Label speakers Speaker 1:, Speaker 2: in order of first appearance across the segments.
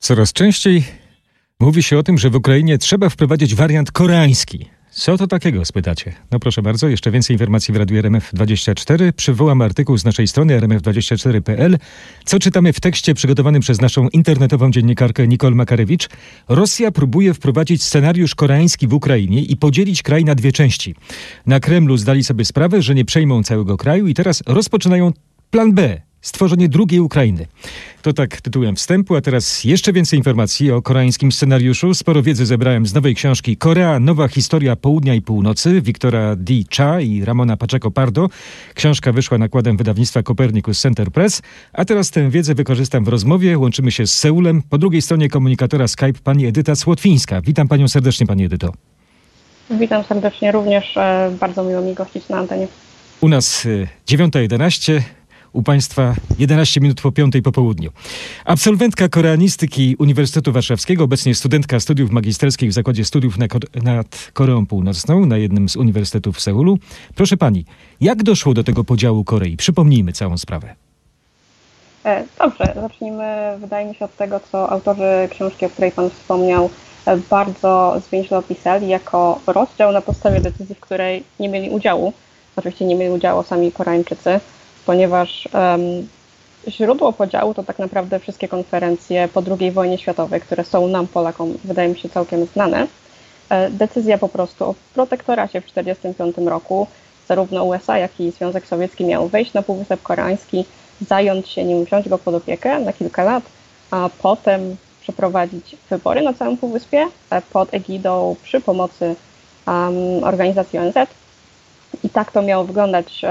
Speaker 1: Coraz częściej mówi się o tym, że w Ukrainie trzeba wprowadzić wariant koreański. Co to takiego, spytacie? No proszę bardzo, jeszcze więcej informacji w Radiu RMF24. Przywołam artykuł z naszej strony rmf24.pl. Co czytamy w tekście przygotowanym przez naszą internetową dziennikarkę Nicole Makarewicz? Rosja próbuje wprowadzić scenariusz koreański w Ukrainie i podzielić kraj na dwie części. Na Kremlu zdali sobie sprawę, że nie przejmą całego kraju i teraz rozpoczynają plan B. Stworzenie drugiej Ukrainy. To tak tytułem wstępu, a teraz jeszcze więcej informacji o koreańskim scenariuszu. Sporo wiedzy zebrałem z nowej książki Korea. Nowa historia południa i północy Wiktora D. Cha i Ramona Pacheco Pardo. Książka wyszła nakładem wydawnictwa Copernicus Center Press, a teraz tę wiedzę wykorzystam w rozmowie. Łączymy się z Seulem. Po drugiej stronie komunikatora Skype pani Edyta Słotwińska. Witam panią serdecznie, pani Edyto.
Speaker 2: Witam serdecznie również. Bardzo miło mi gościć na antenie.
Speaker 1: U nas 9:11. U państwa 11 minut po 5 po południu. Absolwentka koreanistyki Uniwersytetu Warszawskiego, obecnie studentka studiów magisterskich w Zakładzie Studiów nad Koreą Północną na jednym z uniwersytetów w Seulu. Proszę pani, jak doszło do tego podziału Korei? Przypomnijmy całą sprawę.
Speaker 2: Dobrze, zacznijmy, wydaje mi się, od tego, co autorzy książki, o której pan wspomniał, bardzo zwięźle opisali jako rozdział na podstawie decyzji, w której nie mieli udziału. Oczywiście nie mieli udziału sami Koreańczycy, ponieważ źródło podziału to tak naprawdę wszystkie konferencje po II wojnie światowej, które są nam, Polakom, wydaje mi się całkiem znane. Decyzja po prostu o protektoracie w 1945 roku, zarówno USA, jak i Związek Sowiecki miał wejść na Półwysep Koreański, zająć się nim, wziąć go pod opiekę na kilka lat, a potem przeprowadzić wybory na całym Półwyspie pod egidą przy pomocy organizacji ONZ. I tak to miało wyglądać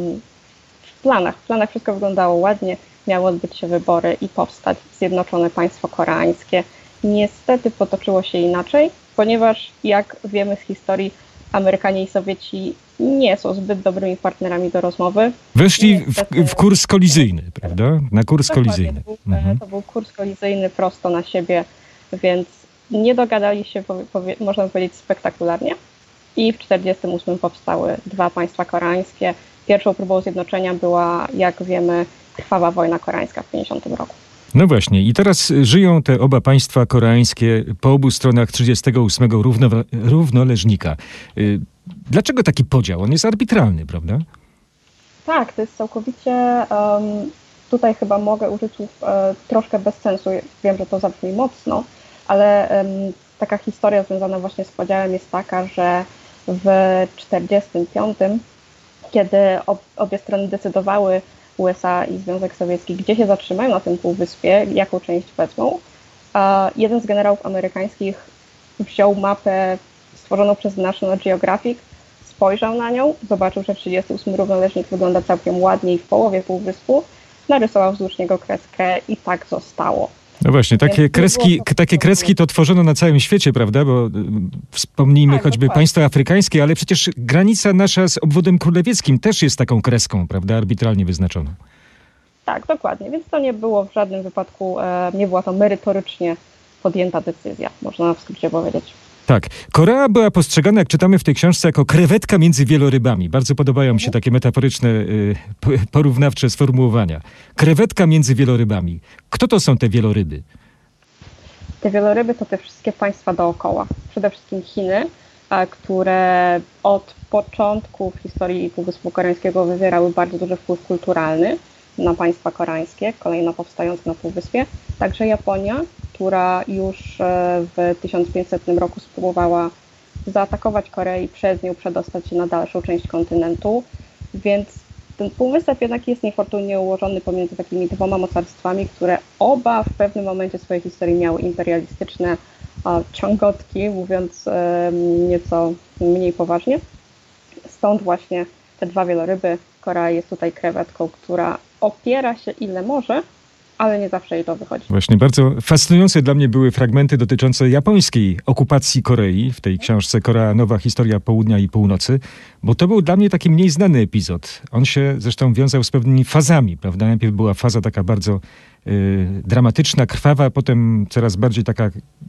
Speaker 2: w planach wszystko wyglądało ładnie, miały odbyć się wybory i powstać Zjednoczone Państwo Koreańskie. Niestety potoczyło się inaczej, ponieważ jak wiemy z historii, Amerykanie i Sowieci nie są zbyt dobrymi partnerami do rozmowy.
Speaker 1: Weszli w kurs kolizyjny, prawda? Na kurs kolizyjny.
Speaker 2: To był kurs kolizyjny prosto na siebie, więc nie dogadali się, można powiedzieć, spektakularnie. I w 1948 powstały dwa państwa koreańskie. Pierwszą próbą zjednoczenia była, jak wiemy, krwawa wojna koreańska w 1950 roku.
Speaker 1: No właśnie, i teraz żyją te oba państwa koreańskie po obu stronach 38 równoleżnika. Dlaczego taki podział? On jest arbitralny, prawda?
Speaker 2: Tak, to jest całkowicie, tutaj chyba mogę użyć słów troszkę bez sensu, wiem, że to zabrzmi mocno, ale taka historia związana właśnie z podziałem jest taka, że w 1945, kiedy obie strony decydowały, USA i Związek Sowiecki, gdzie się zatrzymają na tym półwyspie, jaką część wezmą, jeden z generałów amerykańskich wziął mapę stworzoną przez National Geographic, spojrzał na nią, zobaczył, że 38 równoleżnik wygląda całkiem ładnie i w połowie półwyspu, narysował wzdłuż niego kreskę i tak zostało.
Speaker 1: No właśnie, takie kreski to tworzono na całym świecie, prawda? Bo wspomnijmy choćby dokładnie państwa afrykańskie, ale przecież granica nasza z obwodem królewieckim też jest taką kreską, prawda? Arbitralnie wyznaczoną.
Speaker 2: Tak, dokładnie. Więc to nie było w żadnym wypadku, nie była to merytorycznie podjęta decyzja, można w skrócie powiedzieć.
Speaker 1: Tak. Korea była postrzegana, jak czytamy w tej książce, jako krewetka między wielorybami. Bardzo podobają mi się takie metaforyczne, porównawcze sformułowania. Krewetka między wielorybami. Kto to są te wieloryby?
Speaker 2: Te wieloryby to te wszystkie państwa dookoła. Przede wszystkim Chiny, które od początku w historii Półwyspu Koreańskiego wywierały bardzo duży wpływ kulturalny na państwa koreańskie, kolejno powstające na Półwyspie. Także Japonia, która już w 1500 roku spróbowała zaatakować Koreę i przez nią przedostać się na dalszą część kontynentu, więc ten półwysep jednak jest niefortunnie ułożony pomiędzy takimi dwoma mocarstwami, które oba w pewnym momencie swojej historii miały imperialistyczne ciągotki, mówiąc nieco mniej poważnie. Stąd właśnie te dwa wieloryby. Korea jest tutaj krewetką, która opiera się ile może, ale nie zawsze jej to wychodzi.
Speaker 1: Właśnie bardzo fascynujące dla mnie były fragmenty dotyczące japońskiej okupacji Korei w tej książce Korea, nowa historia południa i północy, bo to był dla mnie taki mniej znany epizod. On się zresztą wiązał z pewnymi fazami, prawda? Najpierw była faza taka bardzo dramatyczna, krwawa, potem coraz bardziej taka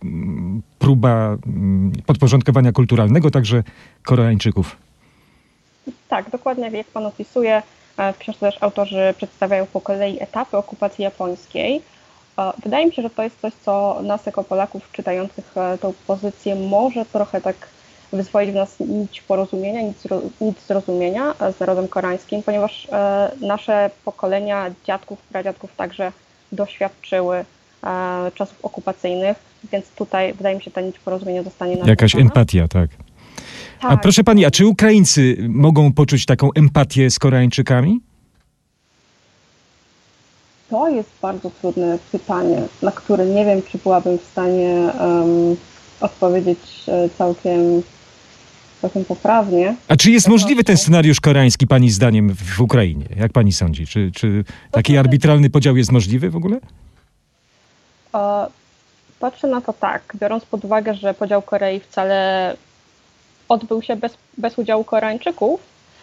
Speaker 1: próba podporządkowania kulturalnego także Koreańczyków.
Speaker 2: Tak, dokładnie jak pan opisuje. W książce też autorzy przedstawiają po kolei etapy okupacji japońskiej. Wydaje mi się, że to jest coś, co nas jako Polaków czytających tą pozycję może trochę tak wyzwolić w nas nić porozumienia, nić zrozumienia z narodem koreańskim, ponieważ nasze pokolenia dziadków, pradziadków także doświadczyły czasów okupacyjnych, więc tutaj wydaje mi się, ta nić porozumienia zostanie nawiązana.
Speaker 1: Jakaś empatia, tak. A
Speaker 2: Tak.
Speaker 1: proszę pani, a czy Ukraińcy mogą poczuć taką empatię z Koreańczykami?
Speaker 2: To jest bardzo trudne pytanie, na które nie wiem, czy byłabym w stanie odpowiedzieć całkiem poprawnie.
Speaker 1: A czy jest możliwy ten scenariusz koreański pani zdaniem w Ukrainie? Jak pani sądzi? Czy taki arbitralny podział jest możliwy w ogóle?
Speaker 2: Patrzę na to tak, biorąc pod uwagę, że podział Korei wcale odbył się bez udziału Koreańczyków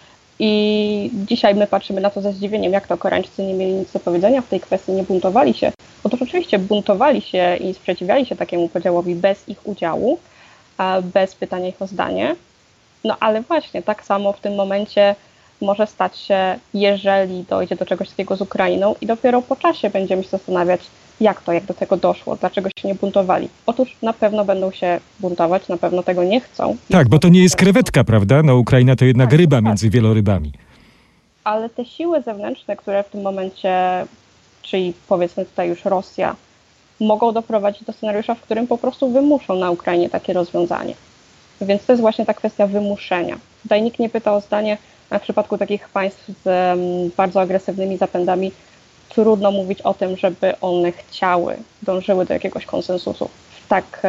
Speaker 2: i dzisiaj my patrzymy na to ze zdziwieniem, jak to Koreańczycy nie mieli nic do powiedzenia w tej kwestii, nie buntowali się. Otóż oczywiście buntowali się i sprzeciwiali się takiemu podziałowi bez ich udziału, bez pytania ich o zdanie. No ale właśnie tak samo w tym momencie może stać się, jeżeli dojdzie do czegoś takiego z Ukrainą i dopiero po czasie będziemy się zastanawiać, jak do tego doszło, dlaczego się nie buntowali. Otóż na pewno będą się buntować, na pewno tego nie chcą.
Speaker 1: Tak, bo to nie jest krewetka, prawda? No Ukraina to jednak ryba między wielorybami.
Speaker 2: Ale te siły zewnętrzne, które w tym momencie, czyli powiedzmy tutaj już Rosja, mogą doprowadzić do scenariusza, w którym po prostu wymuszą na Ukrainie takie rozwiązanie. Więc to jest właśnie ta kwestia wymuszenia. Tutaj nikt nie pyta o zdanie, a w przypadku takich państw z bardzo agresywnymi zapędami trudno mówić o tym, żeby one dążyły do jakiegoś konsensusu w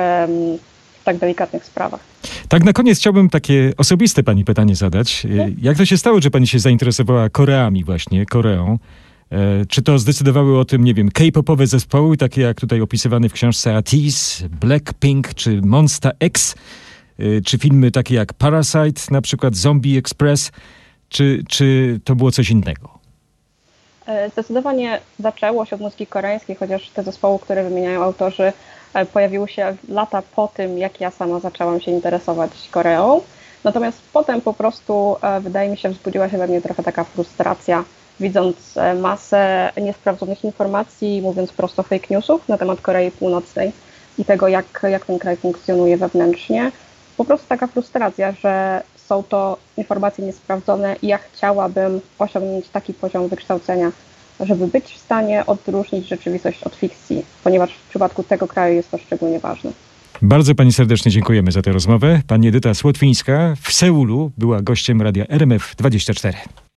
Speaker 2: tak delikatnych sprawach.
Speaker 1: Tak na koniec chciałbym takie osobiste pani pytanie zadać. Jak to się stało, że pani się zainteresowała Koreami właśnie, Koreą? Czy to zdecydowały o tym, nie wiem, K-popowe zespoły, takie jak tutaj opisywane w książce ATEEZ, Blackpink czy Monsta X, czy filmy takie jak Parasite, na przykład Zombie Express, czy to było coś innego?
Speaker 2: Zdecydowanie zaczęło się od muzyki koreańskiej, chociaż te zespoły, które wymieniają autorzy, pojawiły się lata po tym, jak ja sama zaczęłam się interesować Koreą. Natomiast potem po prostu, wydaje mi się, wzbudziła się we mnie trochę taka frustracja, widząc masę niesprawdzonych informacji, mówiąc prosto fake newsów na temat Korei Północnej i tego, jak ten kraj funkcjonuje wewnętrznie. Po prostu taka frustracja, że są to informacje niesprawdzone i ja chciałabym osiągnąć taki poziom wykształcenia, żeby być w stanie odróżnić rzeczywistość od fikcji, ponieważ w przypadku tego kraju jest to szczególnie ważne.
Speaker 1: Bardzo pani serdecznie dziękujemy za tę rozmowę. Pani Edyta Słotwińska w Seulu była gościem radia RMF24.